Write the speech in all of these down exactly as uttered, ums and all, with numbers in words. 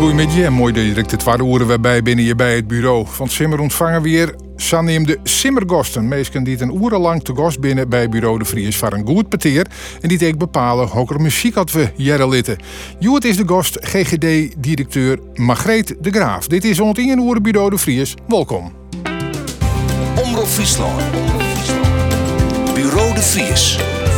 Goedemiddag en mooi dat je direct de tweede uren waarbij binnen je bij het bureau. Van Simmer ontvangen weer Sanneem de Simmergosten. Meesken die een urenlang te gast binnen bij bureau De Vries voor een goed peteer. En die ik bepalen welke muziek had we jaren litten. Joet is de gast G G D-directeur Margreet de Graaf. Dit is ons in uren bureau De Vries. Welkom. Omroep Friesland. Bureau De Vries.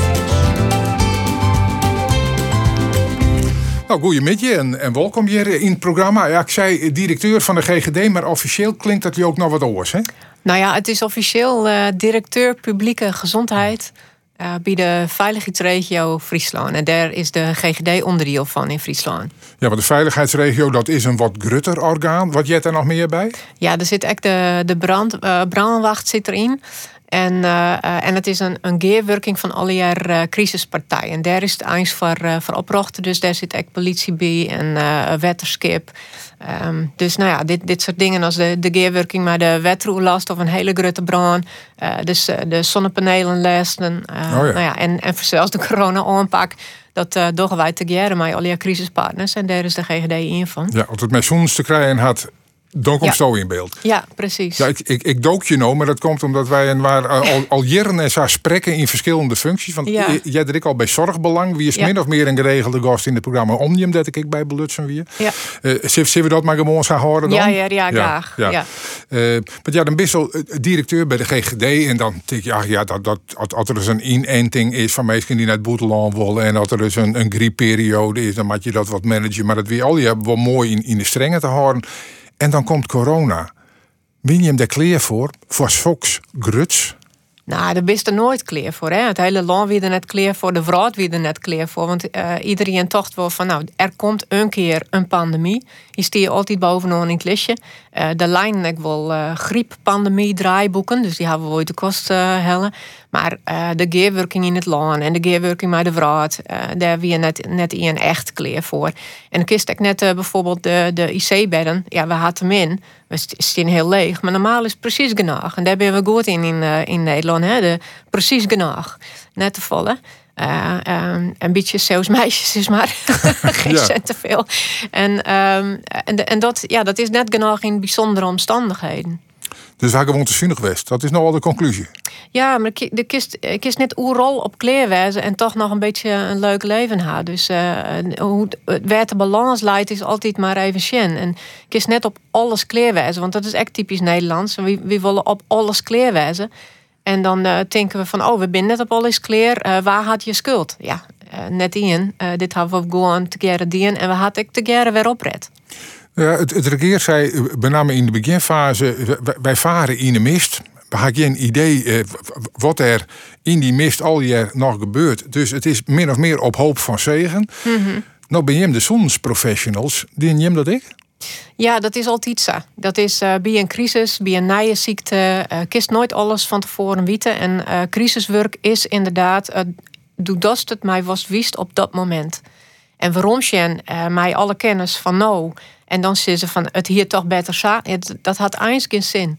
Nou, goedemiddag en, en welkom hier in het programma. Ja, ik zei directeur van de G G D, maar officieel klinkt dat je ook nog wat oors, hè? Nou ja, het is officieel uh, directeur publieke gezondheid uh, bij de veiligheidsregio Friesland. En daar is de G G D onderdeel van in Friesland. Ja, maar de veiligheidsregio, dat is een wat grutter orgaan. Wat jij er nog meer bij? Ja, er zit echt de, de brand, uh, brandwacht zit erin. En, uh, uh, en het is een, een gearwerking van alle jaar uh, crisispartijen. En daar is het eens voor, uh, voor oprochten. Dus daar zit echt politie bij en uh, wetterskip. Um, dus nou ja, dit, dit soort dingen als de, de gearwerking met de wetroerlast of een hele grote brand. Uh, dus uh, de zonnepanelenlesten. Uh, oh ja. nou ja, en, en zelfs de corona-aanpak. Dat uh, doen wij te jaren met alle crisispartners. En daar is de G G D in van. Ja, als het met zoens te krijgen had, dan komt ja. zo in beeld. Ja, precies. Ja, ik, ik, ik dook je nou, maar dat komt omdat wij en waar, uh, al, al jaren en zo spreken in verschillende functies. Want ja. jij deed ik al bij zorgbelang. Wie is ja. min of meer een geregelde gast in het programma Omnium, dat ik bij belutsen weer. Ja. Uh, Zullen we dat maar gewoon gaan horen dan? Ja, ja, ja, graag. Ja, ja. ja. Uh, maar ja, dan best wel directeur bij de G G D. En dan denk je, ach ja, dat, dat, als er eens een inenting is van mensen die naar het boeteland willen. En dat er dus een, een griepperiode is, dan moet je dat wat managen. Maar dat weer al je wel mooi in, in de strengen te houden. En dan komt corona. Win je hem daar klaar voor? Voor Fox Gruts? Nou, daar bist er nooit klaar voor. Hè? Het hele land wie er net klaar voor. De vrouw wie er net klaar voor. Want uh, iedereen dacht wel van, nou, er komt een keer een pandemie. Je stier altijd bovenaan in het listje. Uh, de lijn ik wel uh, grieppandemie draaiboeken. Dus die hebben we ooit de kost uh, hellen. Maar uh, de gearwerking in het land en de gearwerking met de vrouw, uh, daar wie je net, net in echt klaar voor. En dan kist ik net uh, bijvoorbeeld de, de I C-bedden. Ja, we hadden hem in. We staan heel leeg. Maar normaal is het precies genoeg. En daar ben we goed in in, uh, in Nederland. Hè? De, precies genoeg. Net te vallen. Uh, um, een beetje Zeeuws meisjes is maar geen ja. cent te veel. En, um, en, de, en dat, ja, dat is net genoeg in bijzondere omstandigheden. Dus hij gewoon te zinnig geweest. Dat is nou al de conclusie. Ja, maar de kist, kist net oerrol op kleerwijze en toch nog een beetje een leuk leven hebben. Dus uh, hoe het de balans leidt is altijd maar even sjen. En kist net op alles kleerwijze, want dat is echt typisch Nederlands. We, we willen op alles kleerwijze. En dan uh, denken we van, oh, we zijn net op alles kleer. Uh, waar had je schuld? Ja, uh, net in. Uh, dit hebben we gewoon te keren dien en we hadden ik te keren weer opred. Ja, het, het regeer zei, met name in de beginfase, wij varen in de mist. We hebben geen idee eh, wat er in die mist al jaar nog gebeurt. Dus het is min of meer op hoop van zegen. Mm-hmm. Nou ben je hem de zonsprofessionals. Dien je hem dat ik? Ja, dat is altijd zo. Dat is uh, bij een crisis, bij een nieuwe ziekte. Uh, kist nooit alles van tevoren weten. En uh, crisiswerk is inderdaad, uh, doe dat het mij was wist op dat moment. En waarom je uh, mij alle kennis van nou... En dan zeggen ze van, het hier toch beter zo. Dat had eigenlijk geen zin.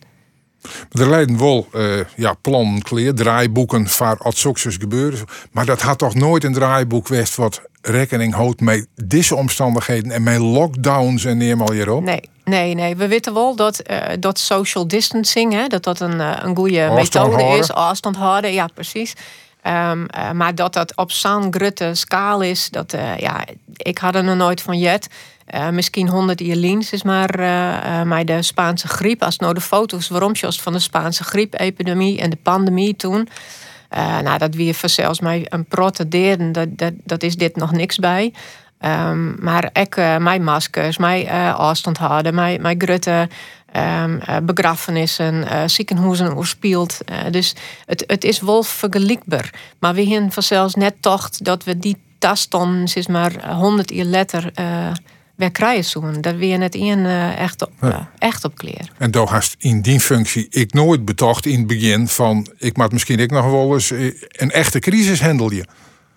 Er leiden wel uh, ja, plannen, kleer, draaiboeken voor als succes gebeuren. Maar dat had toch nooit een draaiboek geweest wat rekening houdt met deze omstandigheden en met lockdowns en neem hierop? Nee, nee, nee. We weten wel dat, uh, dat social distancing, hè, dat dat een, uh, een goede methode is. Afstand houden, ja, precies. Um, uh, maar dat dat op zo'n grote schaal is, dat uh, ja, ik had er nog nooit van jet. Uh, misschien honderd jaar is maar uh, uh, met de Spaanse griep. Als nou de foto's waarom zoals van de Spaanse griepepidemie en de pandemie toen. Uh, nou, dat weer zelfs mij een protesteren, dat, dat, dat is dit nog niks bij. Um, maar ik, uh, mijn maskers, mijn uh, afstand houden, mijn, mijn grote um, uh, begrafenissen, uh, ziekenhuizen oorspield. Uh, dus het, het is wel vergelijkbaar. Maar we hebben vanzelfs net tocht dat we die tast dan, zeg maar, honderd jaar later uh, weer krijgen zoen. Dat we net in uh, echt op, uh, echt op kleer. En dan hast in die functie ik nooit betocht in het begin van, ik maak misschien ik nog wel eens een echte crisis handelen.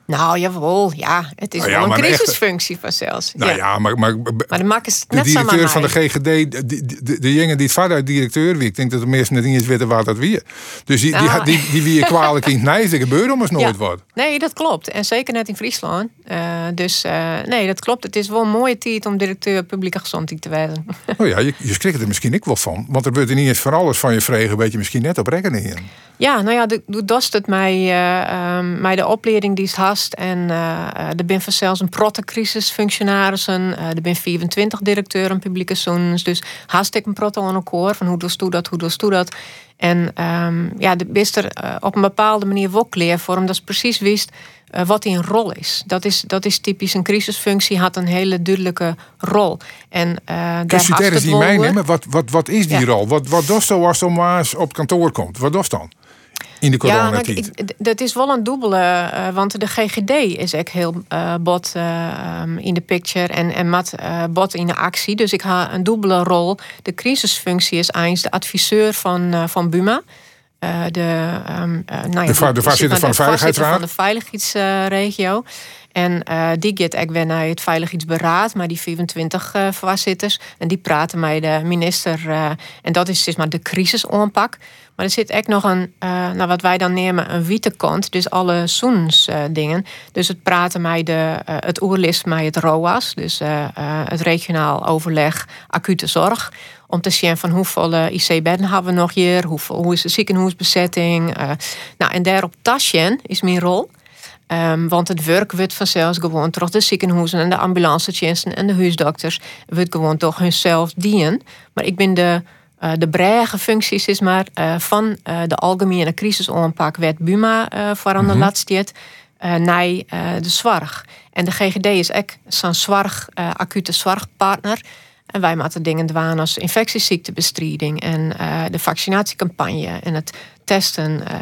Nou, jawel, ja. Het is Nou ja, wel maar een een echte- crisisfunctie vanzelfs. Nou ja, ja. maar, maar, Maar de mak is de net zo directeur maar van de mij. G G D, de, de, de, de jongen die het vader directeur wie, ik denk dat de mensen net niet eens weten waar dat wie. Dus die, Ja. die, die, die wie je kwalijk in het nijs, dat gebeurt ons nooit Ja. wat. Nee, dat klopt. En zeker net in Friesland. Uh, dus uh, nee, dat klopt. Het is wel een mooie tijd om directeur publieke gezondheid te wezen. Nou ja, je, je schrikt er misschien ik wel van. Want er wordt er niet eens van alles van je vregen, weet je misschien net op rekening. Ja, nou ja, doe dost het mij, uh, um, mij de opleiding die het hast. En uh, uh, er ben vanzelfs een protte-crisisfunctionarissen. Uh, er ben vierentwintig directeuren publieke zoons. Dus haast ik een protte aan elkaar. Van hoe doe je dat, hoe doe je dat? En um, ja, de best er uh, op een bepaalde manier wel kleer voor hem. Dat is precies wist uh, wat die een rol is. Dat is. Dat is typisch een crisisfunctie, had een hele duidelijke rol. En uh, daar Kun je daar eens niet meenemen? Wat, wat, wat is die ja. rol? Wat, wat doet zo als er maar eens op kantoor komt? Wat doet dan? In de coronatijd. Ja, nou, dat is wel een dubbele, uh, want de G G D is echt heel uh, bot uh, um, in de picture en, en mat uh, bot in de actie. Dus ik ha een dubbele rol. De crisisfunctie is eens de adviseur van, uh, van Buma. Uh, de, um, uh, nou ja, de, va- de voorzitter van de Veiligheidsraad. van de veiligheidsregio. En uh, die gaat ik weer naar het Veiligheidsberaad, maar die vierentwintig uh, voorzitters. En die praten met de minister. Uh, en dat is zeg maar de crisisaanpak. Maar er zit ook nog een, uh, nou wat wij dan nemen, een witte kant. Dus alle zoens uh, dingen. Dus het praten met de, uh, het oerlist met het R O A S. Dus uh, uh, het regionaal overleg acute zorg. Om te zien van hoeveel uh, I C-bedden hebben we nog hier. Hoeveel, hoe is de ziekenhuisbezetting. Uh, nou, en daarop tasjen is mijn rol. Um, want het werk wordt vanzelfs gewoon door de ziekenhuizen en de ambulancediensten en de huisdokters wordt gewoon toch hunzelf dienen. Maar ik ben de, uh, de brede functies is maar uh, van uh, de algemene crisisaanpak werd Buma uh, voor aan de Mm-hmm. laatste tijd uh, naar uh, de zorg. En de G G D is ook zo'n zorg, uh, acute zorgpartner. En wij maken dingen doen als infectieziektebestrijding en uh, de vaccinatiecampagne en het testen. Uh,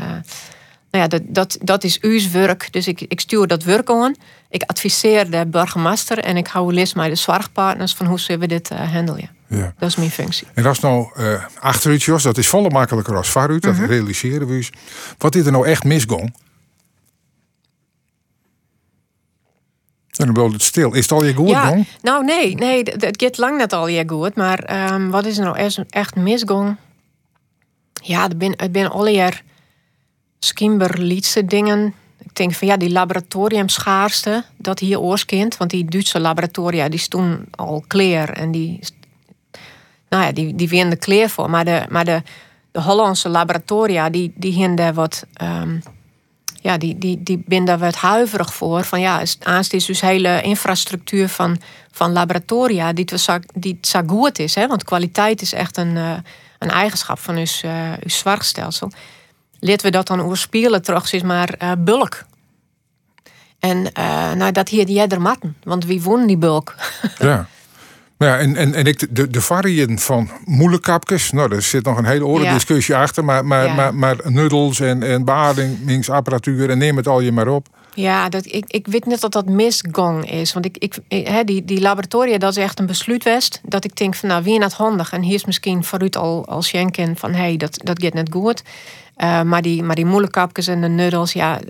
Nou ja, dat, dat, dat is uw werk. Dus ik, ik stuur dat werk aan. Ik adviseer de burgemeester en ik hou les met de zorgpartners van hoe zullen we dit uh, handelen. Ja. Dat is mijn functie. En dat is nou uh, achteruit, Jos, dat is volle makkelijker als vooruit. Dat Mm-hmm. realiseren we eens. Wat is er nou echt misgong? En dan wil het stil. Is het al je goed, ja, gong? nou nee, nee, het gaat lang net al je goed. Maar um, wat is er nou echt, echt misgong? Ja, het ben, het ben alle jaar skimberliedse dingen. Ik denk van ja, die laboratoriumschaarste, dat hier oorskind. Want die Duitse laboratoria, die stonden al kleer. En die, nou ja, die, die winnen de kleer voor. Maar de, maar de, de Hollandse laboratoria, die, die hinden wat... Um, ja, die, die, die ben daar wat huiverig voor. Van ja, aanst is dus hele infrastructuur van, van laboratoria die het zo, die zo goed is. Hè? Want kwaliteit is echt een, uh, een eigenschap van uw, uh, uw zorgstelsel. Laten we dat dan oorspelen terug, is maar uh, bulk. En uh, nou, dat hier die er matten. Want wie won die bulk? Ja. Ja, en, en, en ik, de, de variën van moeilijkkapjes, nou, daar zit nog een hele oren Ja. discussie achter. Maar, maar, Ja. maar, maar nuddels en, en beademingsapparatuur en neem het al je maar op. Ja, dat, ik, ik weet net dat dat misgong is. Want ik, ik, he, die, die laboratoria, dat is echt een besluitwest. Dat ik denk van, nou, wie het handig? En hier is misschien vooruit al, al schenken van, hé, hey, dat, dat gaat net goed. Uh, maar, die, maar die moeilijkkapjes en de nuddels, ja...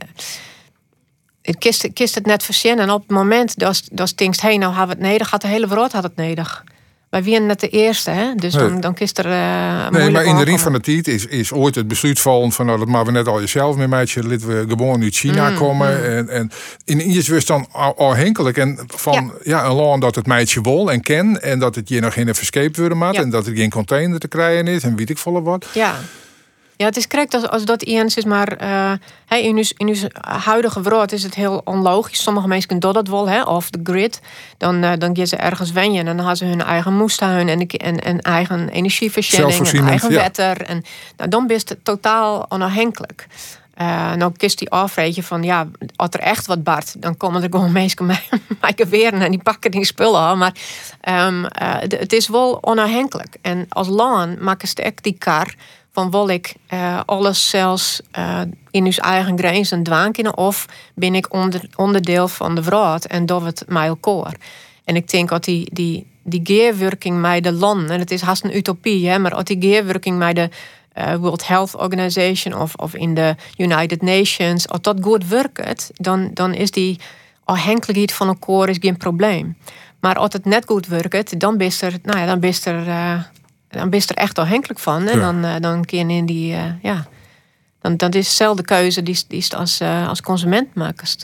Ik kist, kist het net verzinnen. En op het moment dat je denkt, hé, hey, nou hebben we het nodig, gaat de hele wereld had het nodig. Wij waren net de eerste, hè? Dus Nee. dan, dan kist er uh, Nee, maar in de ring ring van de tijd is, is ooit het besluit vallen van nou, dat maar we net al jezelf mee meidje, laten we gewoon uit China Mm, komen. mm. En, en in iets was dan afhankelijk en van ja. Ja. een land dat het meidje wil en ken en dat het je nog in een verscheept worden maakt Ja. en dat er geen container te krijgen is en weet ik volle wat. Ja. Ja, het is correct als, als dat eens is, maar uh, hey, in, uw, in uw huidige wereld is het heel onlogisch. Sommige mensen doen dat wel, hè, off the grid. Dan, uh, dan gaan ze ergens wennen en dan hebben ze hun eigen moestuin en, en, en eigen energievoorziening en eigen ja. wetter. En nou, dan ben je totaal onafhankelijk. Uh, nou kist die afreetje van ja, als er echt wat bart, dan komen er gewoon mensen mij geweren en die pakken die spullen aan. Maar um, uh, het is wel onafhankelijk. En als land maken ze echt die kar van wil ik uh, alles zelfs uh, in uw eigen grenzen dwaan kunnen, of ben ik onder, onderdeel van de wereld en dat het mij elkaar. En ik denk dat die, die, die geerwerking met de landen, en het is haast een utopie, hè, maar als die geerwerking met de uh, World Health Organization of, of in de United Nations, als dat goed werkt, dan, dan is die afhankelijkheid van elkaar is geen probleem. Maar als het net goed werkt, dan ben je er, nou ja, dan ben je er, uh, dan ben je er echt afhankelijk van. En ja. dan, uh, dan kun je in die, uh, ja, dan, dan is dezelfde keuze die, die is als, uh, als consument maakt.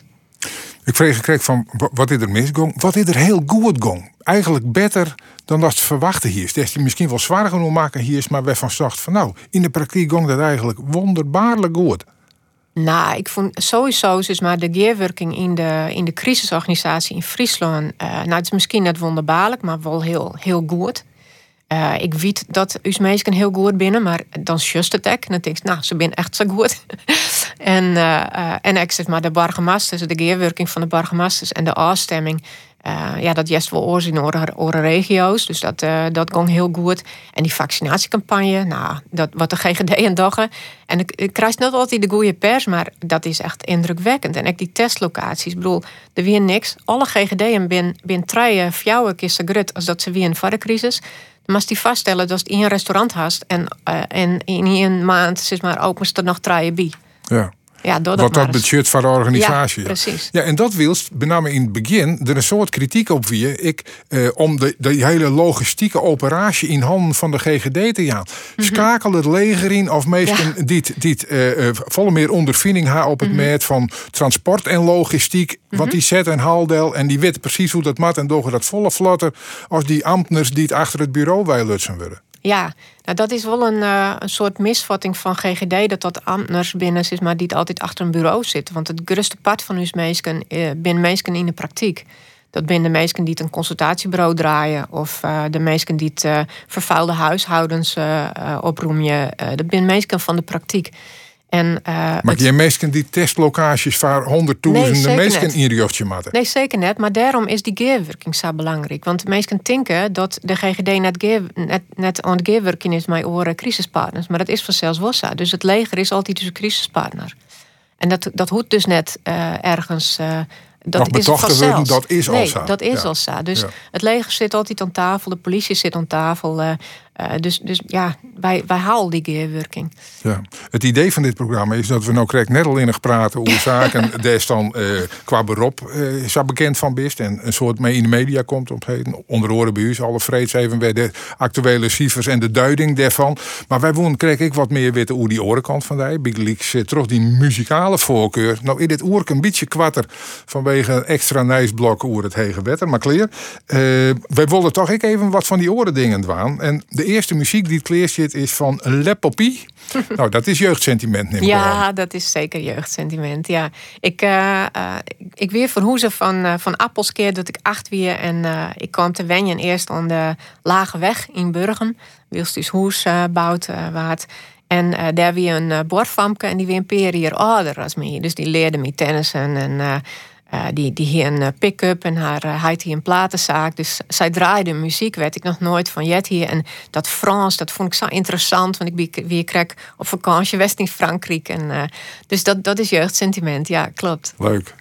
Ik vrees gekregen van, wat is er misgong? Wat is er heel goed gong? Eigenlijk beter dan dat ze verwachten hier is. Dat is misschien wel zwaar genoeg maken hier is, maar wij van zacht van nou, in de praktijk gong dat eigenlijk wonderbaarlijk goed. Nou, ik vond sowieso dus maar de gearwerking in de, in de crisisorganisatie in Friesland. Uh, nou, het is misschien net wonderbaarlijk, maar wel heel, heel goed. Uh, ik weet dat uw meisken heel goed binnen, maar dan just het ek. En dan denk ik, nou, ze zijn echt zo goed. en, uh, uh, en ik zeg maar de burgemeesters, de gearwerking van de burgemeesters en de afstemming. Uh, ja, dat juist wel oorzien over regio's. Dus dat, uh, dat ging heel goed. En die vaccinatiecampagne, nou, dat, wat de G G D en daggen. En ik, ik krijg niet altijd de goede pers, maar dat is echt indrukwekkend. En ook die testlocaties. Ik bedoel, er weer niks. Alle G G D'en binnen bin drie, vier keer zo groot als dat ze weer in de crisis. Dan moest die vaststellen dat je in een restaurant hast en, uh, en in een maand zeg maar, openen ze er nog drie bij. Ja. Ja, dat wat dat budget van de organisatie. Ja, precies. Ja, en dat wil, met name in het begin, er een soort kritiek op wie ik eh, om de, de hele logistieke operatie in handen van de G G D te gaan. Mm-hmm. Schakel het leger in of meesten ja. die, die uh, volle meer ondervinding hebben op het mm-hmm. meet van transport en logistiek. Mm-hmm. Want die zet en haaldel en die weten precies hoe dat mat en dogen dat volle vlotter als die ambtenaren die het achter het bureau bij lutsen worden. Ja, nou dat is wel een, uh, een soort misvatting van G G D... dat dat ambtenars binnen is, maar die altijd achter een bureau zitten. Want het grootste part van uw meisken uh, binnen meisken in de praktijk. Dat zijn de meisken die het een consultatiebureau draaien... of uh, de meisken die het uh, vervuilde huishoudens uh, uh, oproemen. Uh, dat zijn meisken van de praktijk. En, uh, maar het... je meesken die testlocaties waar honderdduizenden nee, meesken in riochtje matten? Nee, zeker net. Maar daarom is die gearwerking zo belangrijk. Want meesken denken dat de G G D net, gear, net, net aan het gearwerking is met oren crisispartners. Maar dat is vanzelfs wel zo. Dus het leger is altijd dus een crisispartner. En dat, dat hoeft dus net uh, ergens... Uh, Dat Nog is geworden, dat is nee, al zo. dat is ja. al zo. Dus ja. het leger zit altijd aan tafel, de politie zit aan tafel. Uh, uh, dus, dus ja, wij, wij halen die gearwerking. Ja. Het idee van dit programma is dat we nou krijg net al in praten over zaken. Des dan uh, qua beroep uh, is daar bekend van bist. En een soort mee in de media komt op heden. Onder oren bij u alle vreeds even bij de actuele cijfers en de duiding daarvan. Maar wij wonen kreeg ik wat meer weten hoe die orenkant van die. Big Leaks uh, terug die muzikale voorkeur. Nou in dit oork een beetje kwatter vanwege een extra nijsblok over het hege wetter. Maar kleer. Uh, wij wilden toch ik even wat van die orendingen dwaan. En de eerste muziek die het kleer zit is van Le Poppy. Nou, dat is jeugdsentiment, neem ik Ja, aan. dat is zeker jeugdsentiment, ja. Ik, uh, uh, ik weer verhoezen van, uh, van Appelskeer dat ik acht weer en uh, ik kwam te wenjen eerst aan de Lage Weg in Burgen. Wils dus hoes uh, bouwt uh, waard. En uh, daar weer een uh, borfamke en die weer een paar jaar ouder als mij. Dus die leerde me tennissen en... Uh, Uh, die, die hier een uh, pick-up en haar uh, hij hier een platenzaak. Dus zij draaide muziek, weet ik nog nooit van Jet hier. En dat Frans, dat vond ik zo interessant. Want ik ben weer kreeg op vakantie west in Frankrijk. En, uh, dus dat, dat is jeugdsentiment, ja, klopt. Leuk.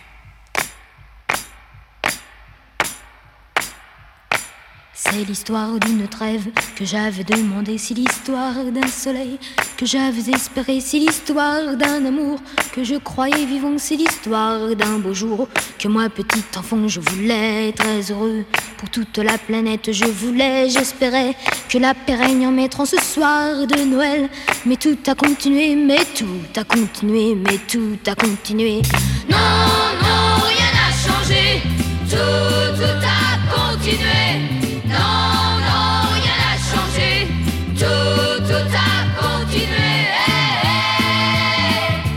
C'est l'histoire d'une trêve que j'avais demandé, c'est l'histoire d'un soleil que j'avais espéré, c'est l'histoire d'un amour que je croyais vivant, c'est l'histoire d'un beau jour que moi petit enfant je voulais très heureux pour toute la planète, je voulais, j'espérais que la paix règne en mettant ce soir de Noël, mais tout a continué, mais tout a continué, mais tout a continué. Non, non, rien n'a changé, tout, tout a continué. Non, non, rien n'a changé, tout, tout a continué. Hey,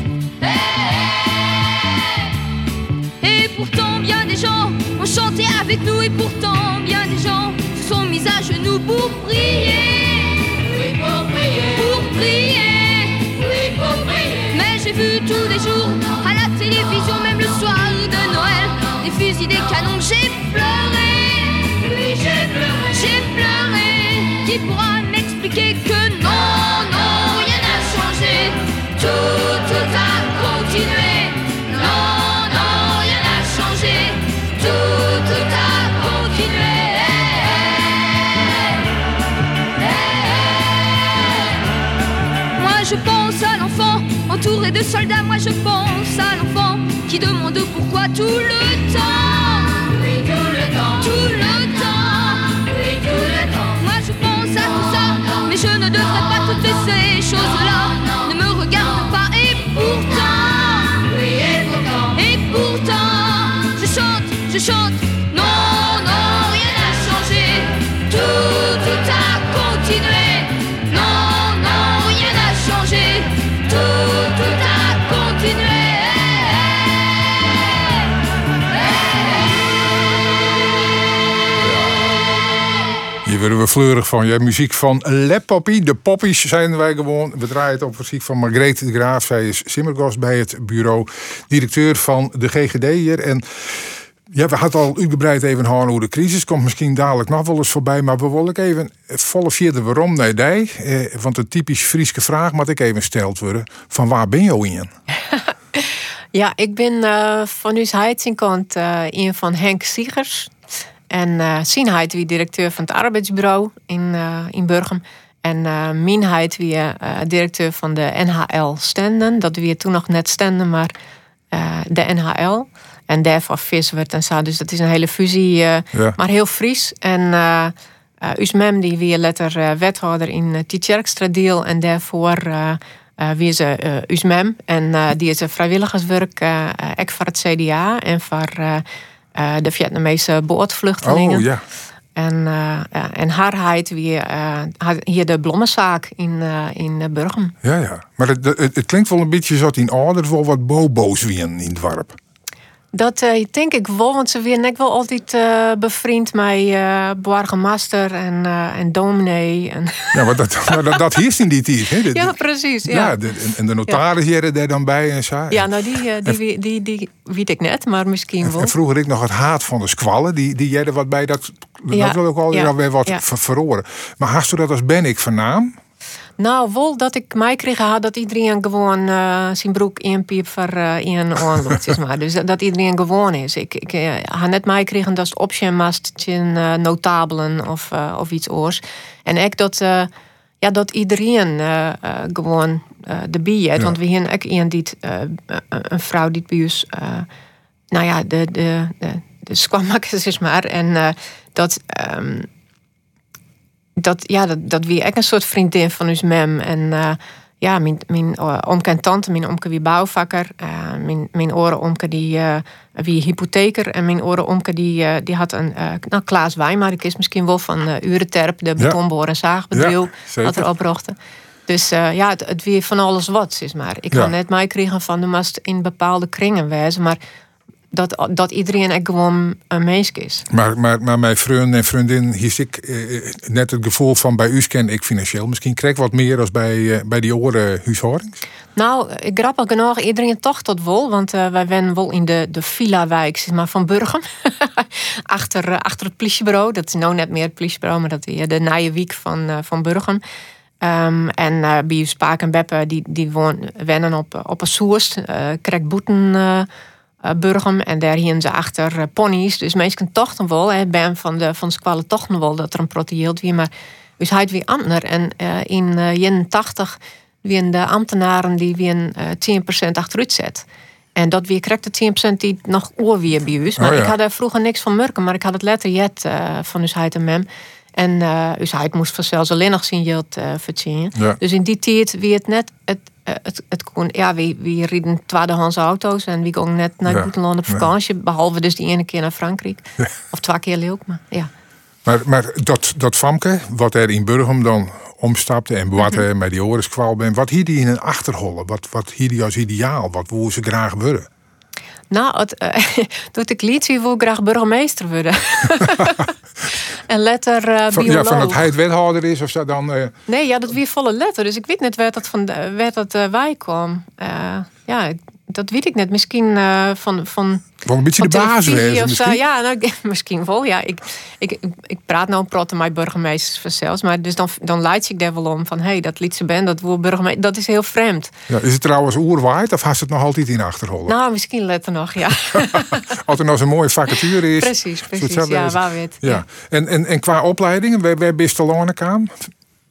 hey, hey. Et pourtant bien des gens ont chanté avec nous, et pourtant bien des gens se sont mis à genoux pour prier. Oui, pour prier. Pour prier. Oui, pour prier. Mais j'ai vu tous les jours à la télévision, même le soir de Noël, des fusils, des canons, j'ai pleuré. J'ai pleuré, j'ai pleuré. Qui pourra m'expliquer que non, non, rien n'a changé. Tout, tout a continué. Non, non, rien n'a changé. Tout, tout a continué. Hey, hey, hey. je pense à l'enfant entouré de soldats. Moi je pense à l'enfant qui demande pourquoi tout le temps. Oui, tout le temps. Tout le temps. Oui, tout le temps. Moi je pense à tout ça, mais je ne devrais pas toutes ces choses-là. Ne me regarde pas et pourtant. Oui, et pourtant. Et pourtant, je chante, je chante. Non, non, rien n'a changé. Tout, tout a continué. Non, non, rien n'a changé. Tout, tout a continué. Hier worden we fleurig van. Ja, muziek van Le Poppy. De Poppies zijn wij gewoon. We draaien het op muziek van Margreet de Graaf. Zij is simmergast bij het bureau. Directeur van de G G D hier. En ja, we hadden al uitgebreid even horen hoe de crisis komt. Misschien dadelijk nog wel eens voorbij. Maar we willen even volle vierde waarom nee, nee. Eh, want een typisch Frieske vraag moet ik even steld worden. Van waar ben je in? Ja, ik ben uh, van uw heidsinkant uh, een van Henk Siegers. En uh, Sienheid wie directeur van het arbeidsbureau in, uh, in Burgum. En uh, Mienheid wie uh, directeur van de N H L Stenden. Dat wie toen nog net Stenden, maar uh, de N H L. En daarvoor Viswert en zo. Dus dat is een hele fusie, uh, ja. Maar heel Fries. En uh, uh, us mem die wie letter uh, wethouder in uh, Tietjerkstradiel. En daarvoor uh, uh, wie ze uh, us mem. En uh, die is een vrijwilligerswerk, uh, ook voor het C D A en voor uh, uh, de Vietnamese bootvluchtelingen. Oh ja. En, uh, uh, en haarheid wie uh, hier de blommenzaak in, uh, in Burgum. Ja, ja. Maar het, het, het klinkt wel een beetje zoals in ouder wel wat bobo's wie in het dorp. Dat uh, denk ik wel, want ze weer net wel altijd uh, bevriend met uh, burgemeester en, uh, en dominee. En ja, maar dat, maar dat, dat heerst in die tijd. Hè? De, ja, precies. Ja, ja de, en de notaris ja. er dan bij en zo. Ja, nou die, uh, die, die, die, die weet ik net, maar misschien wel. En vroeger ik nog het haat van de squallen, die, die jij er wat bij, dat, ja. dat wil ook al ja. weer wat ja. ver, verhoren. Maar hast u dat als ben ik vernaam? Nou, wel dat ik mij kreeg had dat iedereen gewoon uh, zijn broek inpiep voor uh, een aanloot, zeg maar. Dus dat, dat iedereen gewoon is. Ik, ik uh, had net mij kregen dat het option mast in uh, notabelen of, uh, of iets oors. En ik dat, uh, ja, dat iedereen uh, uh, gewoon uh, de bier heeft. Ja. Want we hebben ook een, die, uh, een vrouw die bij ons, uh, nou ja, de, de, de, de schoonmakers is maar. En uh, dat... Um, Dat, ja, dat, dat wie ik een soort vriendin van ons mem. En uh, ja, mijn, mijn uh, omke en tante, mijn omke wie bouwvakker. Uh, mijn, mijn oren omke die uh, wie hypotheker. En mijn oren omke die, uh, die had een, uh, nou Klaas Wijnmaar, ik is misschien wel van uh, Ureterp, de betonboor- en zaagbedrijf, ja, wat er oprochten. Dus uh, ja, het, het weer van alles wat, is maar. Ik kan ja. net mij kregen van, de mast in bepaalde kringen wezen, maar dat, dat iedereen echt gewoon een mens is. Maar, maar, maar mijn vriend en vriendin, hier ik eh, net het gevoel van bij u ken ik financieel misschien krijg wat meer als bij, eh, bij die oren huishoudings? Nou, grappig genoeg, iedereen toch tot wel, want uh, wij wonen wel in de, de villa-wijk, zeg maar, van Burgum. achter, uh, achter het politiebureau, dat is nou net meer het politiebureau, maar dat is de nieuwe wijk van, uh, van Burgum. Um, en uh, bij u Spaak en Beppe, die, die wonen, wennen op, op een soest, uh, krijgt boeten... Uh, Uh, Burgum en daar hien ze achter uh, ponies. Dus mensen tochten wel. Hè, ben van de van de squale tochten wel dat er een proteïeld wie, maar dus hij wie ambtenaar en uh, in uh, jaren tachtig wie de ambtenaren die wie een uh, tien procent achteruit zet. En dat weer krijgt de tien procent die nog oor weer bij u. Maar oh, ja. ik had er vroeger niks van merken, maar ik had het letter jet uh, van dus hij en mem. En uh, dus hij moest vanzelfs alleen nog zijn geld uh, verdienen. Ja. Dus in die tijd wie het net het Uh, het, het kon, ja, we, we rieden tweedehands auto's en we gingen net naar Buitenland op vakantie, ja. behalve dus die ene keer naar Frankrijk. Ja. Of twee keer leuk, maar ja. Maar, maar dat, dat famke, wat er in Burgum dan omstapte en wat er mm-hmm. met die orenskwaal ben, wat hier die in een achterholle, wat, wat hier die als ideaal, wat woe ze graag worden? Nou, het, uh, doet ik lied wie wil graag burgemeester worden. En letter uh, van, ja, van dat hij het wethouder is of dat dan... Uh... Nee, ja, dat weer volle letter. Dus ik weet net waar dat, van, waar dat uh, wij kwam. Uh, ja, dat weet ik net. Misschien uh, van... van wel een beetje de baas wezen misschien? Ja, nou, misschien wel. Ja, ik, ik, ik praat nou praten met burgemeesters vanzelfs. Maar dus dan, dan leid ik daar wel om van... hé, hey, dat Lietse ben, dat woord burgemeester, dat is heel vreemd. Ja, is het trouwens oerwaard of has het nog altijd in achterhollen? Nou, misschien letter nog, ja. Als er nog zo'n mooie vacature is. Precies, precies. Ja, waar weet. Ja. Ja. En, en, en qua opleidingen, waar, waar bist je al aan?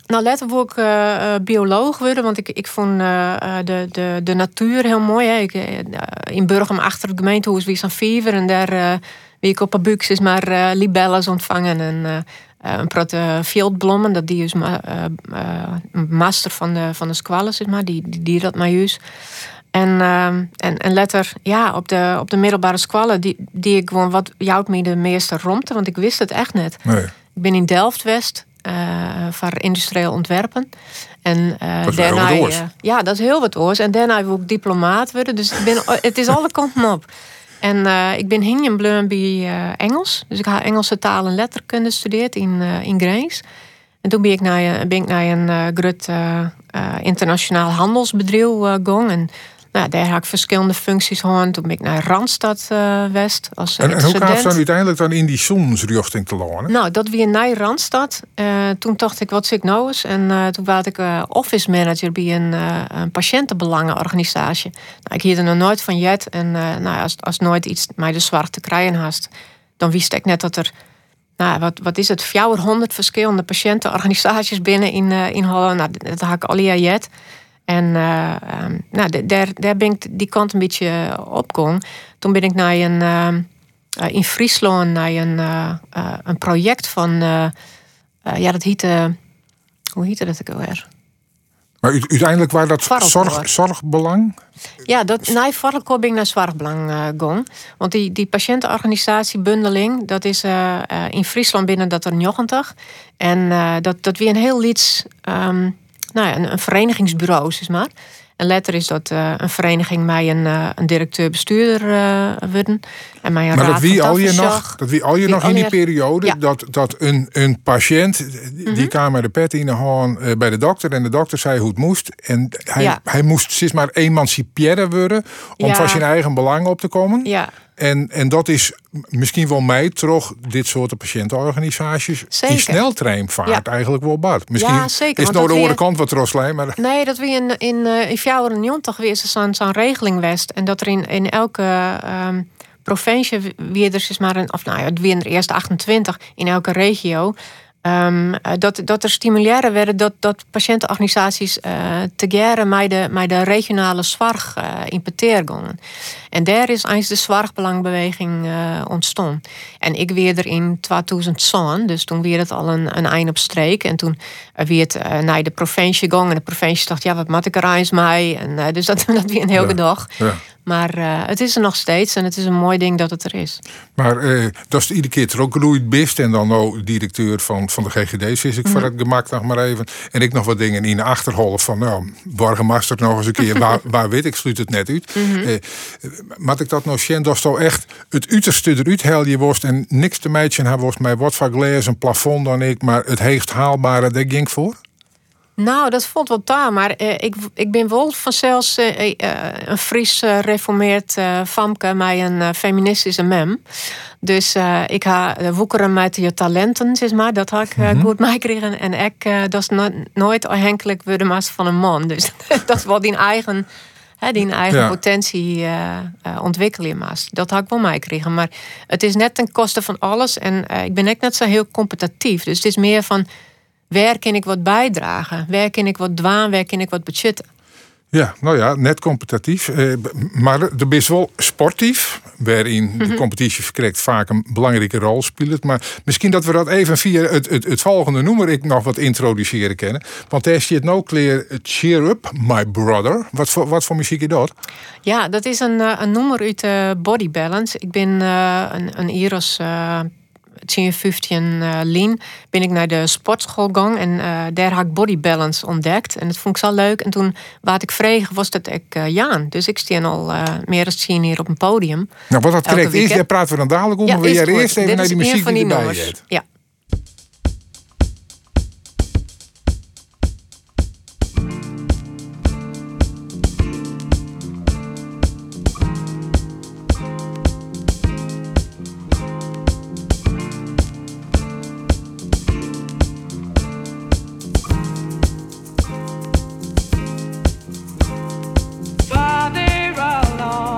Nou, later wil ik uh, bioloog worden, want ik, ik vond uh, de, de, de natuur heel mooi. Hè. Ik, uh, in Burgum, achter het gemeentehuis, wie zo'n fever. En daar uh, wie ik op een buks is maar uh, libelles ontvangen. En uh, een protte veldblommen, dat die is ma- uh, uh, master van de, van de squalles, is maar, die, die, die dat maar juist. En, uh, en, en later, ja, op de, op de middelbare squallen, die, die ik gewoon, wat jouwt me de meeste romte, want ik wist het echt net. Nee. Ik ben in Delft-West. Uh, voor industrieel ontwerpen. En, uh, dat is daarna, heel wat oors. Uh, ja, dat is heel wat oors. En daarna wil ik diplomaat worden. Dus ik ben, het is alle kanten op. En uh, ik ben hingenbleun bij uh, Engels. Dus ik heb Engelse taal en letterkunde gestudeerd in, uh, in Grace. En toen ben ik naar, ben ik naar een uh, groot uh, uh, internationaal handelsbedrijf uh, gegaan. En nou, daar heb ik verschillende functies gehad. Toen ben ik naar Randstad uh, West als En, en hoe student. gaat het dan uiteindelijk dan in die zonsrichting te lonen? Nou, dat weer naar Randstad. Uh, toen dacht ik, wat zit ik nou eens? En uh, toen was ik uh, office manager bij een, uh, een patiëntenbelangenorganisatie. Nou, ik hield er nog nooit van jet. En uh, nou, als, als nooit iets mij de zwart te krijgen haast, dan wist ik net dat er, nou, wat, wat is het, vierhonderd verschillende patiëntenorganisaties binnen in, uh, in Holland. Nou, dat had ik al jaar jet. En uh, um, nou, daar, daar ben ik die kant een beetje opgegaan. Toen ben ik naar een, uh, uh, in Friesland naar een, uh, uh, een project van, uh, uh, ja, dat heette, hoe heette dat ook alweer? Maar u, uiteindelijk was dat zorg, zorgbelang? Ja, dat, nee, Varkelkoor ben ik naar Zorgbelang uh, gegaan. Want die, die patiëntenorganisatie Bundeling, dat is uh, uh, in Friesland binnen dat er negentig. En uh, dat, dat weer een heel lieds... Um, Nou ja, een, een verenigingsbureau, zeg maar. En later is dat uh, een vereniging met een, uh, een directeur-bestuurder uh, worden. En mijn maar raad dat wie van al je Tafelzorg. nog, dat wie al je nog in die periode, ja. dat, dat een, een patiënt, die mm-hmm. kwam met de pet in de hand uh, bij de dokter. En de dokter zei hoe het moest. En hij, ja. hij moest zeg maar emanciperen worden om ja. van zijn eigen belang op te komen. Ja. En, en dat is misschien wel mij toch dit soort patiëntenorganisaties zeker. in sneltreinvaart ja. eigenlijk wel bad. Misschien ja, zeker, is het nou de andere kant wat Roslijn, maar nee, dat we in in uh, in vijfennegentig weer zo'n zo'n regeling west en dat er in in elke um, provincie weer er is maar een of nou ja, het weer er eerst achtentwintig in elke regio. Um, dat, dat er stimuleren werden dat, dat patiëntenorganisaties uh, te geren met de, met de regionale zorg uh, in peteer gingen. En daar is eens de zorgbelangbeweging uh, ontstaan. En ik weer er in tweeduizend zeven, dus toen weer het al een, een eind op streek. En toen uh, weer het uh, naar de provincie ging. En de provincie dacht, ja, wat moet ik er eens mee? En, uh, dus dat, dat weer een heel ja. gedag. Ja. Maar uh, het is er nog steeds en het is een mooi ding dat het er is. Maar uh, dat is iedere keer er ook Roeit Bist en dan nou directeur van, van de G G D, is ik mm-hmm. voor het gemak nog maar even. En ik nog wat dingen in de achterhoofd van, nou, Borgenmaster nog eens een keer, waar, waar weet ik, sluit het net uit. Mm-hmm. Uh, maar ik dat nou zien, dat is toch echt het uiterste eruit hel je worst en niks te meidje hebben worst mij wat van glas, een plafond dan ik, maar het heegst haalbare, daar ging voor? Nou, dat valt wel daar, maar uh, ik, ik ben wel vanzelfs uh, uh, een Fries uh, reformeerd uh, famke met een uh, feministische mem. Dus uh, ik ga woekeren met je talenten, zeg maar. Dat had ik uh, mm-hmm. goed meegekregen. En ik, uh, dat is no- nooit afhankelijk worden maar van een man. Dus dat is wel die eigen, hè, die eigen ja. potentie uh, uh, ontwikkelen maast. Dat had ik wel meegekregen. Maar het is net ten koste van alles. En uh, ik ben ook net zo heel competitief. Dus het is meer van, waar kan ik wat bijdragen? Waar kan ik wat dwaan? Waar kan ik wat budgetten? Ja, nou ja, net competitief. Eh, maar er is wel sportief, waarin mm-hmm. de competitie verkrijgt vaak een belangrijke rol speelt. Maar misschien dat we dat even via het, het, het volgende nummer ik nog wat introduceren kennen. Want daar zie je het nou clear, Cheer Up, My Brother. Wat voor, wat voor muziek is dat? Ja, dat is een, een nummer uit uh, Body Balance. Ik ben uh, een, een Iros... Uh, tien vijftien uh, Lien ben ik naar de sportschool gegaan en uh, daar had ik Body Balance ontdekt en dat vond ik zo leuk en toen wat ik vreeg was dat ik uh, Jaan, dus ik sta al uh, meer dan tien hier op een podium. Nou, wat dat correct is, daar praten we dan dadelijk om, ja, maar wil jij eerst even Dit naar die muziek van die die erbij hebt? Ja.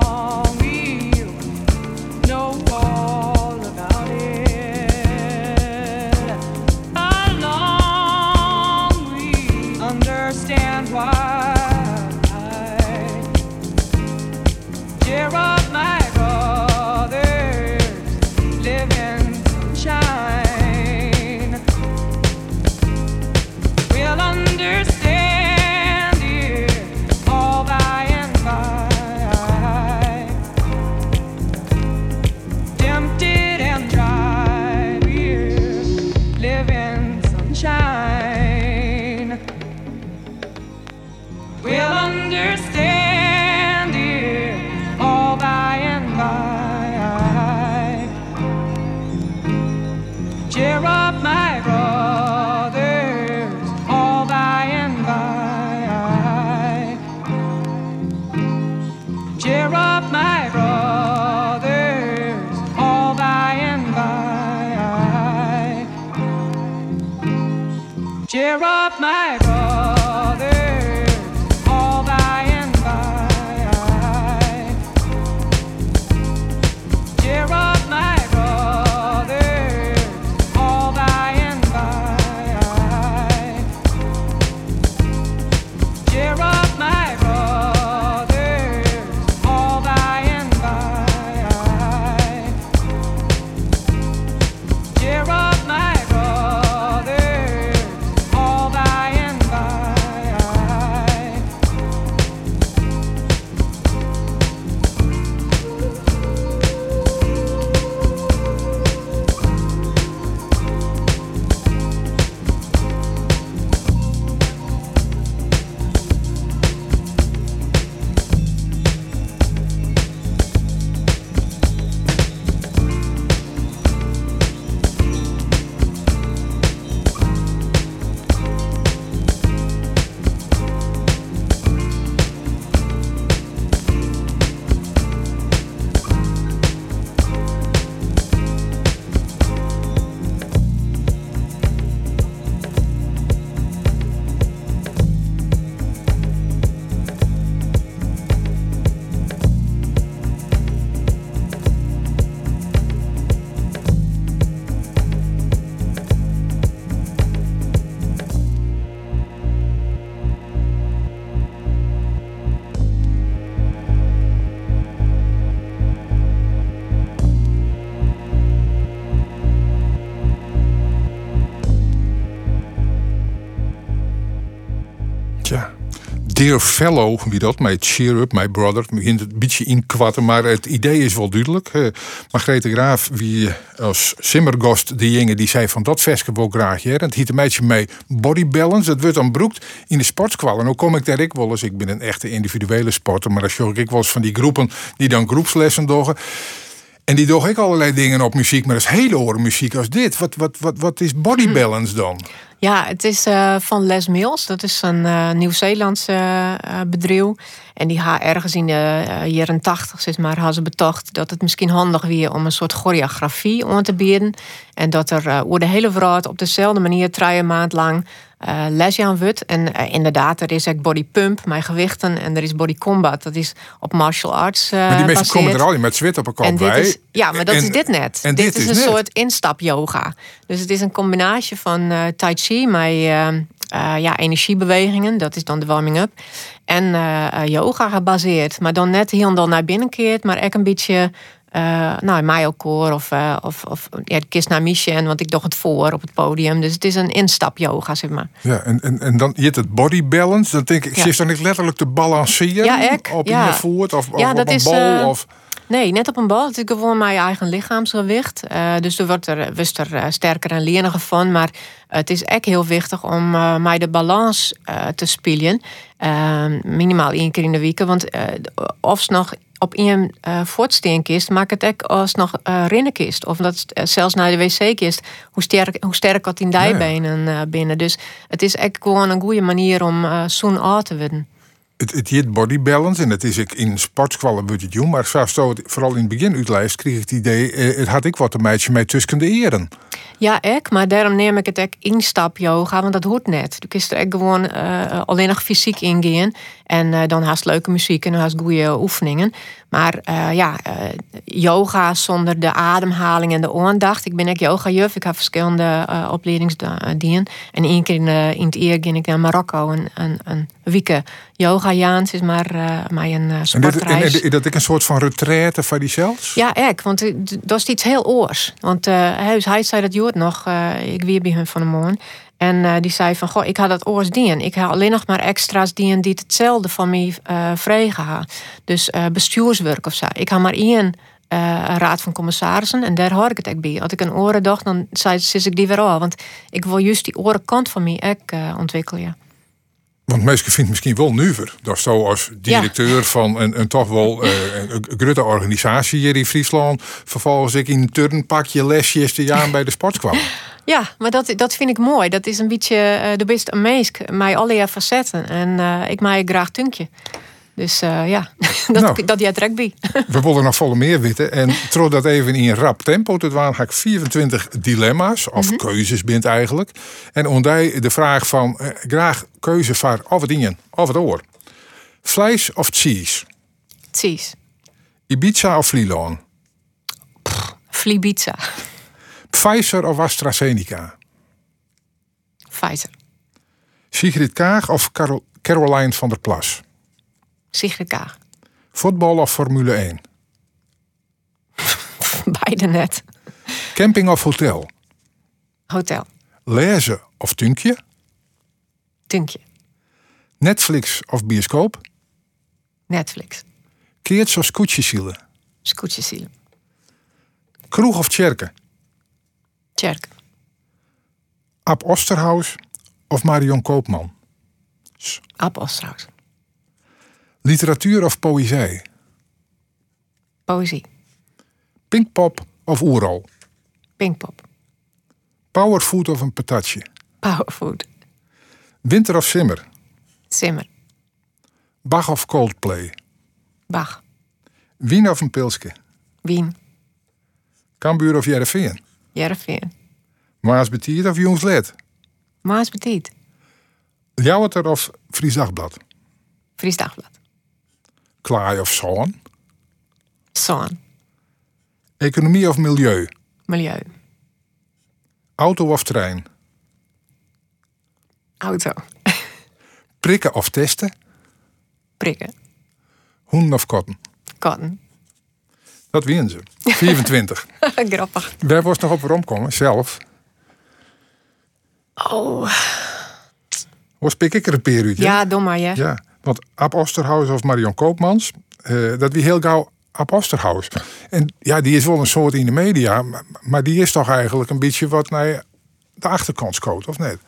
Know all about it. Cheer up, my brother, all by and by. Cheer up, my brother, all by and by. Cheer up, my brother, all by and by. Cheer up, my Dear fellow, wie dat, met cheer up, my brother. Het begint een beetje inkwatten, maar het idee is wel duidelijk. Uh, Margrethe Graaf, wie als simmergast die jongen die zei van dat versje wil graag. Ja, het hiet een meisje mee body balance. Dat wordt dan broekt in de sportskwal. En hoe kom ik daar ik wel eens? Ik ben een echte individuele sporter, maar dan zorg ik wel eens van die groepen die dan groepslessen doen. En die doe ik allerlei dingen op muziek, maar dat is hele oren muziek als dit. Wat, wat, wat, wat is body balance dan? Ja, het is uh, van Les Mills. Dat is een uh, Nieuw-Zeelandse uh, bedrijf. En die ha ergens in de uh, jaren tachtig, zeg maar, had ze betocht dat het misschien handig weer om een soort choreografie aan te bieden. En dat er uh, over de hele wereld op dezelfde manier drie maand lang uh, les aan wordt. En uh, inderdaad, er is ook body pump, met gewichten. En er is body combat, dat is op martial arts uh, Maar die mensen baseert. komen er al in met zwit op een kop En dit bij. is, ja, maar dat en, is dit net. En dit, dit is, is een net. soort instap-yoga. Dus het is een combinatie van uh, tai chi met uh, uh, ja, energiebewegingen. Dat is dan de warming-up. En uh, yoga gebaseerd. Maar dan net heel naar binnen keert. Maar ook een beetje uh, nou, Mayo-core of, uh, of, of ja, de kist naar Michel. Want ik doe het voor op het podium. Dus het is een instap-yoga, zeg maar. Ja, en, en, en dan je hebt het body balance. Dan denk ik, Ja. zit dan niet letterlijk te balanceren Ja, ek. op Ja. je voet of, Ja, of dat op een is, bal? uh, of... Nee, net op een bal. Het is gewoon mijn eigen lichaamsgewicht. Uh, dus er wordt er, wist er uh, sterker en leniger van. Maar het is echt heel wichtig om uh, mij de balans uh, te spelen. Uh, minimaal één keer in de week. Want uh, of ze nog op één uh, voortsteenkist, maak het ook als nog uh, rinnenkist. Of dat uh, zelfs naar de wc-kist. Hoe sterk, hoe sterk had die dijbenen uh, binnen. Dus het is echt gewoon een goede manier om uh, zo'n aan te worden. Het, het heet body balance en het is ik in sportskwallen budget doen, maar zelfs zo het vooral in het begin uitlijst kreeg ik het idee, eh, het had ik wat een meisje mee tussen de eren. Ja, ik, maar daarom neem ik het ook instap yoga, want dat hoort net. Je kunt er echt gewoon uh, alleen nog fysiek in gaan. En uh, dan haast leuke muziek en dan haast goede oefeningen. Maar uh, ja, uh, yoga zonder de ademhaling en de aandacht. Ik ben ook yoga-juf. Ik heb verschillende uh, opleidingsdienen. En één keer in, uh, in het jaar ging ik naar Marokko een, een, een week yoga-jaans is maar uh, mij een uh, sportreis. En, dit, en, en dat ik een soort van retraite van die zelfs? Ja, echt, want uh, dat is iets heel oors. Want uh, hij, hij zei dat Jood nog, uh, ik weer bij hem van de morgen. En uh, die zei van, goh, ik had dat oors dien. Ik had alleen nog maar extra's dien die hetzelfde van mij uh, vregen had. Dus uh, bestuurswerk of zo. Ik had maar één uh, raad van commissarissen en daar hoor ik het ook bij. Als ik een oren dacht, dan zei zit ik die weer al. Want ik wil juist die orenkant van mij ook uh, ontwikkelen. Want mensen vinden misschien wel nuver. Dat is zo als directeur ja. van een, een toch wel uh, een grote organisatie hier in Friesland. Vervolgens ik in een turnpakje lesjes te jaar bij de sport kwam. Ja, maar dat, dat vind ik mooi. Dat is een beetje uh, de beste meest. Mij allerlei facetten. En uh, ik maak graag tunkje. Dus uh, ja, dat, Nou. dat jij rugby. We willen nog volle meer weten. En trots dat even in een rap tempo te doen, ga ik vierentwintig dilemma's, of Mm-hmm. keuzes bent eigenlijk. En ondij de vraag van, eh, graag keuze voor of het in of het oor. Vlees of cheese? Precies. Ibiza of Vlieland? Flibiza. Pfizer of AstraZeneca? Pfizer. Sigrid Kaag of Carol- Caroline van der Plas? Sigrid Kaag. Voetbal of Formule één? Beide net. Camping of hotel? Hotel. Lezen of tunkje? Tunkje. Netflix of bioscoop? Netflix. Keerts of scootjesielen? Scootjesielen. Kroeg of tjerken? Tjerk. Ab Osterhaus of Marion Koopman? Ab Osterhaus. Literatuur of poëzie? Poëzie. Pinkpop of oeral? Pinkpop. Powerfood of een patatje? Powerfood. Winter of simmer? Simmer. Bach of Coldplay? Bach. Wien of een pilsje? Wien. Cambuur of Jereveen? Jereveen. Maas Betiert of Jongsled? Maas Betiet. Ljouwerter of Fries Dagblad? Fries Dagblad. Klaai of Zoon? Zoon. Economie of milieu? Milieu. Auto of trein? Auto. Prikken of testen? Prikken. Hoenden of kotten? Kotten. Dat winnen ze. vierentwintig. Grappig. Waar was nog op waarom komen? Zelf. Oh. Hoe spik ik er een peer uit? hè? Ja, doe maar, ja. Ja, want Ab Osterhaus of Marion Koopmans, eh, dat wie heel gauw Ab Osterhaus. En ja, die is wel een soort in de media, maar, maar die is toch eigenlijk een beetje wat naar de achterkant schoot, of net?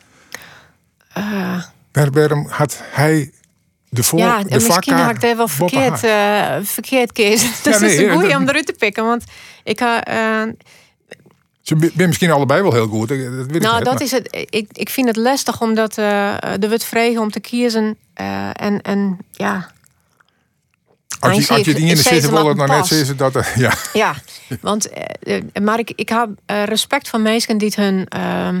Uh, Waar- Waarom had hij de voor ja, de en misschien vakka had ik het wel boppen verkeerd, haar? uh, verkeerd kezen. Dus Ja, nee, het is een goeie dat- om eruit te pikken. Want ik ha, uh, Ze zijn misschien allebei wel heel goed. Dat weet ik nou, net, dat maar- is het. Ik, ik vind het lastig omdat uh, er wordt vregen om te kiezen. Uh, en, en ja, Als je, als je die in de Steeds zitten wil wat het nou net past. zeggen dat er- ja. ja, want uh, uh, maar ik, ik heb uh, respect voor mensen die het hun, uh,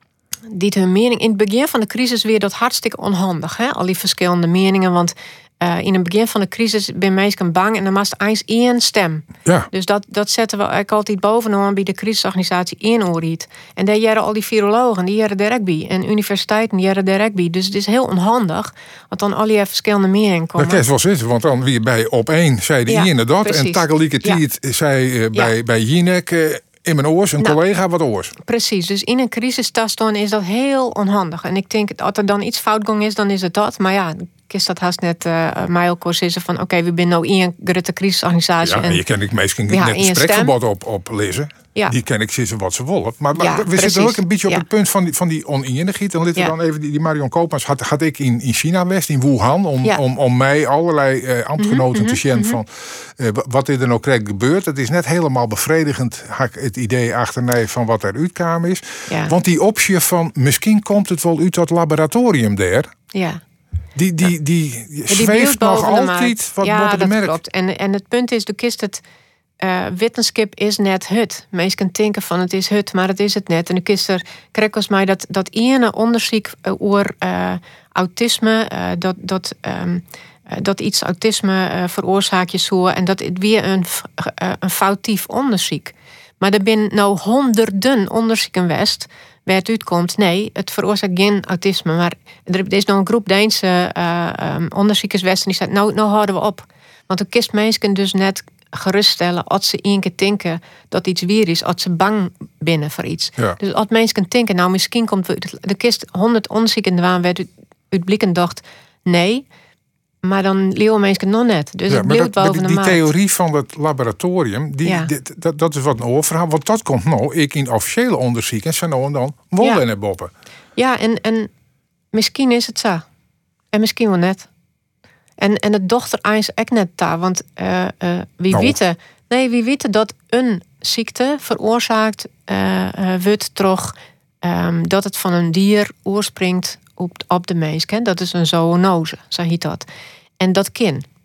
die het hun mening in het begin van de crisis weer dat hartstikke onhandig, hè? Al die verschillende meningen, want uh, in het begin van de crisis ben mensen bang en dan was het eens één stem. Ja. Dus dat, dat zetten we eigenlijk altijd bovenaan bij de crisisorganisatie in oorhiet. En daar jaren al die virologen, die jaren direct bij. En universiteiten, die jaren direct bij. Dus het is heel onhandig, want dan al die verschillende meningen Dat komen. kan je wel zitten, want dan weer bij op één zei de Ja, ene dat. En precies. Takkelike Ja. Tiet zei uh, bij, Ja. bij Jinek uh, in mijn oors, een Nou. collega wat oors. Precies, dus in een crisistoestand is dat heel onhandig. En ik denk, als er dan iets fout ging is, dan is het dat. Maar ja, is dat haast net uh, mij ook zeggen van... oké, we zijn nou één grote crisisorganisatie. Ja, en je kan ik meestal Ja, net in een je spreekverbod op, op lezen. Ja. Die ken ik zitten wat ze willen. Maar, maar Ja, we precies. zitten ook een beetje op Ja. het punt van die, van die oneenigheid. Dan laten we Ja. dan even die, die Marion Koopmans had, had ik in, in China West, in Wuhan, om, Ja. om, om mij allerlei uh, ambtgenoten Mhm, te zien mhm, van uh, wat er dan ook krijgt gebeurt. Het is net helemaal bevredigend, had ik het idee achterna van wat er uitkwam is. Ja. Want die optie van misschien komt het wel uit dat laboratorium daar. Ja. Die, die, die, die Ja, die zweeft beeld nog boven de altijd markt. wat ja, boven de dat merk. klopt. En, en het punt is, de kist het uh, wetenschap is net het. Mensen denken van het is het, maar het is het net. En de kist er krijg als mij dat dat ene onderzoek uh, over uh, autisme, uh, dat dat um, uh, dat iets autisme uh, veroorzaakt je zo en dat het weer een uh, een foutief onderzoek. Maar er zijn nou honderden onderzoeken west waar het uitkomt, nee, het veroorzaakt geen autisme. Maar er is nog een groep Deense uh, um, onderzoekers west en die zei, nou, nou houden we op. Want de kist mensen dus net geruststellen als ze één keer denken dat iets weer is, als ze bang binnen voor iets. Ja. Dus als mensen denken, nou misschien komt de kist honderd onderzoeken waar werd uit blikken dacht, nee, maar dan leeuwen mensen nog net. Dus Ja, het maar bleef dat, boven die de markt. theorie van het laboratorium, die, Ja. dit- dat, dat is wat een oververhaal. Want dat komt nou, ik in officiële onderzoeken, zijn nou en dan wel Ja. in het boppen. Ja, en, en misschien is het zo. En misschien wel net. En, en de dochter eens ook net daar. Want uh, uh, wie Nou. weten... Nee, wie weten dat een ziekte veroorzaakt uh, uh, wordt toch um, dat het van een dier oorspringt op, op de mens. Hè? Dat is een zoonose, zo heet dat. En dat kan.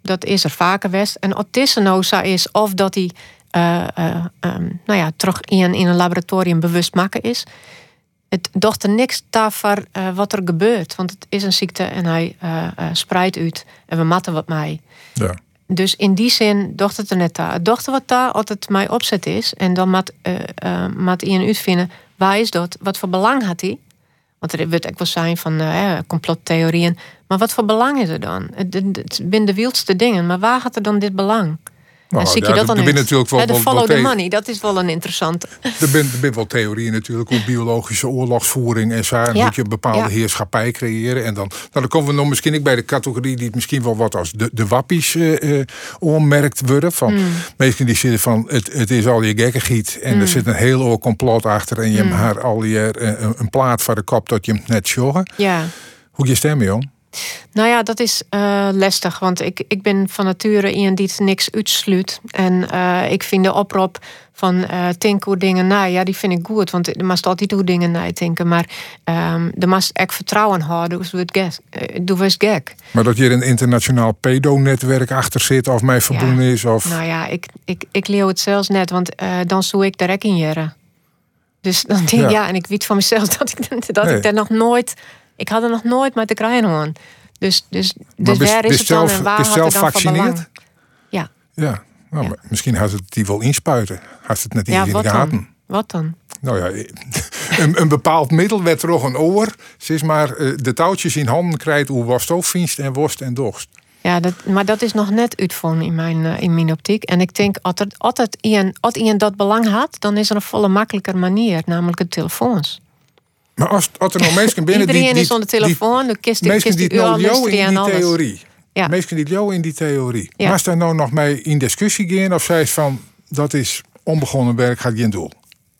dat is er vaker geweest. En wat is er nou zo is, of dat hij uh, uh, um, nou ja, terug in, in een laboratorium bewust maken is. Het docht er niks daarvoor uh, wat er gebeurt. Want het is een ziekte en hij uh, uh, spreidt uit. En we matten wat mij. Ja. Dus in die zin docht het er net daar. Het docht er wat daar, als het mij opzet is. En dan moet uh, uh, moet iemand uitvinden, waar is dat? Wat voor belang had hij? Want er wordt ook wel zijn van uh, complottheorieën. Maar wat voor belang is er dan? Het, het, het zijn de wildste dingen. Maar waar gaat er dan dit belang? Nou, en zie je ja, dat dan er niet? natuurlijk wel, Ja, de wel, follow wel the money, dat is wel een interessante. Er zijn er wel theorieën natuurlijk hoe biologische oorlogsvoering en zo. Ja. Moet je een bepaalde ja. heerschappij creëren. En dan, nou, dan komen we nog misschien ook bij de categorie die het misschien wel wat als de, de wappies uh, uh, oormerkt worden. Van mm. Meesten die zitten van het, het is al je gekkengiet en mm. er zit een heel oor complot achter en je mm. hebt haar al je uh, een plaat voor de kop dat je hem net sjoggen. Ja. Hoe je stem je om? Nou ja, dat is uh, lastig. Want ik, ik ben van nature iemand die het niks uitsluit. En uh, ik vind de oproep van uh, think hoe dingen na, ja, die vind ik goed. Want er moet altijd hoe dingen na denken. Maar um, er moet echt vertrouwen houden. Dus doe het gek. Maar dat je er een internationaal pedo-netwerk achter zit of mij verbonden ja. is? Of... Nou ja, ik, ik, ik leeuw het zelfs net. Want uh, dan zoek ik direct in jaren. Dus dan denk ik, ja. ja, en ik weet van mezelf dat ik, dat nee. ik daar nog nooit... Ik had er nog nooit met te krijgen hoor. Dus, dus, dus best, waar is het dan en waar had zelf het dan vaccineerd? van belang? Ja. Ja, nou, ja. Misschien had het die wel inspuiten. Had het net ja, in de gaten. Wat dan? Nou ja, een, een bepaald middel werd er nog een oor. Ze is maar uh, de touwtjes in handen krijgt hoe was ook vinst en worst en dorst. Ja, dat, maar dat is nog net uitvonden in mijn, uh, in mijn optiek. En ik denk, als het, altijd iemand, als iemand dat belang had, dan is er een volle makkelijker manier, namelijk de telefoons. Maar als, als er nog mensen binnen die... Iedereen is onder de telefoon, de kist, mensen die kist, het nou in die theorie. Ja. Mensen die het in die theorie. Ja. Maar daar nou nog mee in discussie gaan? Of zei van, dat is onbegonnen werk, gaat geen doel?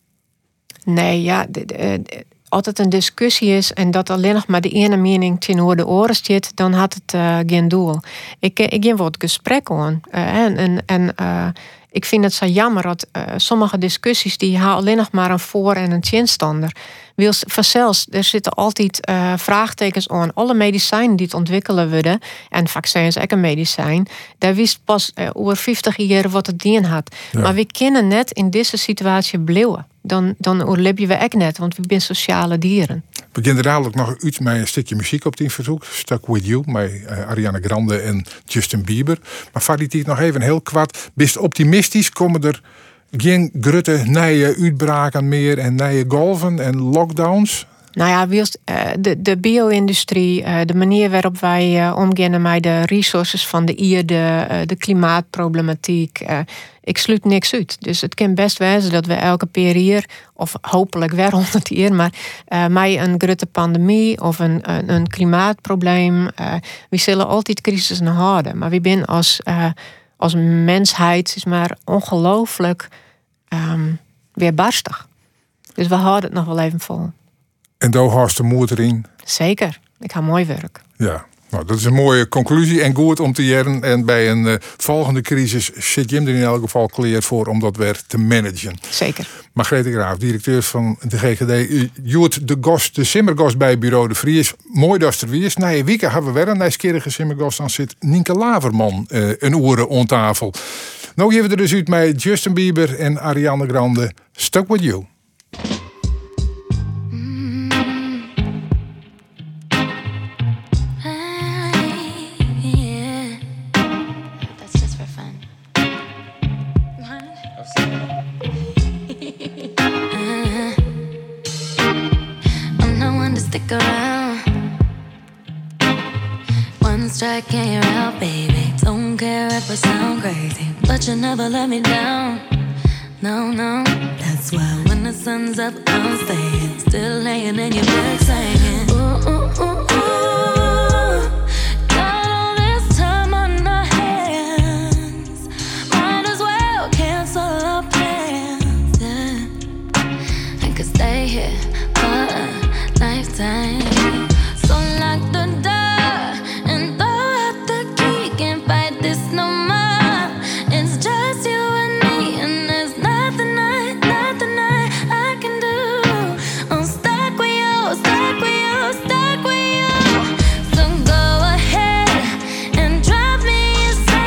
Nee, ja... De, de, de, altijd een discussie is en dat alleen nog maar de ene mening tegenover de oren zit, dan had het uh, geen doel. Ik, ik heb wat gesprek aan. Uh, en en, en uh, ik vind het zo jammer dat uh, sommige discussies die halen alleen nog maar een voor- en een tegenstander. Vanzelfs, er zitten altijd uh, vraagtekens aan. Alle medicijnen die het ontwikkelen worden, en vaccins is ook een medicijn, daar wist pas uh, over vijftig jaar wat het dien had. Ja. Maar we kunnen net in deze situatie blijven. Dan, dan overleven we echt net, want we zijn sociale dieren. We beginnen dadelijk nog iets met een stukje muziek op die verzoek. Stuck With You, met uh, Ariana Grande en Justin Bieber. Maar vaart die nog even heel kwart. Bist optimistisch? Komen er geen grote nieuwe uitbraken meer en nieuwe golven en lockdowns? Nou ja, de, de bio-industrie, de manier waarop wij omgaan met de resources van de aarde, de klimaatproblematiek. Ik sluit niks uit. Dus het kan best wezen dat we elke keer hier, of hopelijk weer honderd jaar, maar uh, met een grote pandemie of een, een, een klimaatprobleem, uh, we zullen altijd crisis houden. Maar we zijn als, uh, als mensheid is maar ongelooflijk um, weerbarstig. Dus we houden het nog wel even vol. En daar haast de moed erin. Zeker. Ik ga mooi werk. Ja, nou, dat is een mooie conclusie en goed om te jaren. En bij een uh, volgende crisis zit je hem er in elk geval klaar voor om dat weer te managen. Zeker. Margrethe Graaf, directeur van de G G D. Joert de Gos, de simmergast bij Bureau de Vries. Mooi dat er weer is. Na je weekend hebben we weer een nieuwsgierige simmergast. Dan zit Nienke Laverman uh, een oren aan tafel. Nou geven we er dus uit met Justin Bieber en Ariana Grande. Stuck With You. Strike and you're out, baby. Don't care if I sound crazy, but you never let me down. No, no. That's why when the sun's up, I'm staying. Still laying in your bed singing. Ooh, ooh, ooh, ooh. Got all this time on our hands. Might as well cancel our plans. Yeah. I could stay here for a lifetime. So lock the door. Stuck with you, so go ahead and drive me insane.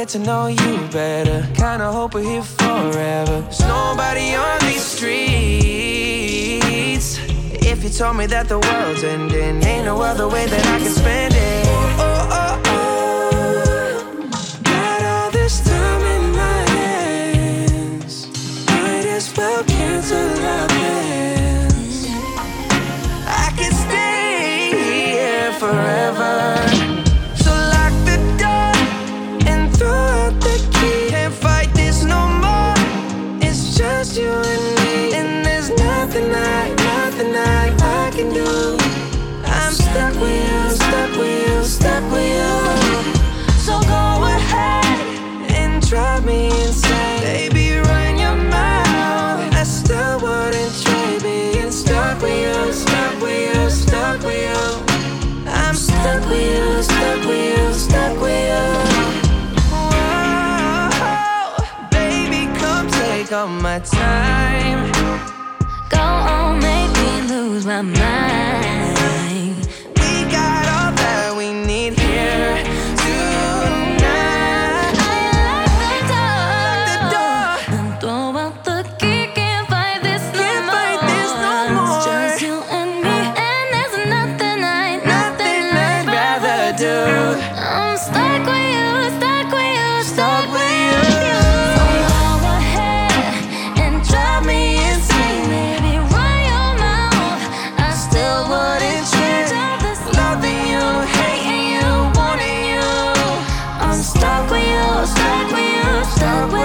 get to know you better. Kinda hope we're here forever. There's nobody on these streets. If you told me that the world's ending, ain't no other way that I can spend it. Oh, oh, oh, oh. Got all this time in my hands. Might as well cancel our plans. I could stay here forever. So lock the door and throw out the key. Can't fight this no more. It's just you and me, and there's nothing I, nothing I, I can do. I'm stuck with you, stuck with you, stuck with you. So go ahead and drive me insane. Baby, run your mouth. I still wouldn't trade being stuck with you, stuck with you, stuck with you. I'm stuck with you, stuck with you, stuck with you. Whoa, baby, come take all my time. Go on, make me lose my mind. We got all that we need here tonight. I lock the door, Lock the door. and throw out the key. Can't fight this no Can't more. fight this no more. It's just you and me, and there's nothing I, nothing Nothing I'd rather do. I'm stuck with you, stuck with you, Stuck with you. So go ahead and drive me insane, baby. Run your mouth. I still wouldn't change all this loving you, hating you, wanting you. I'm stuck with you, stuck with you, stuck with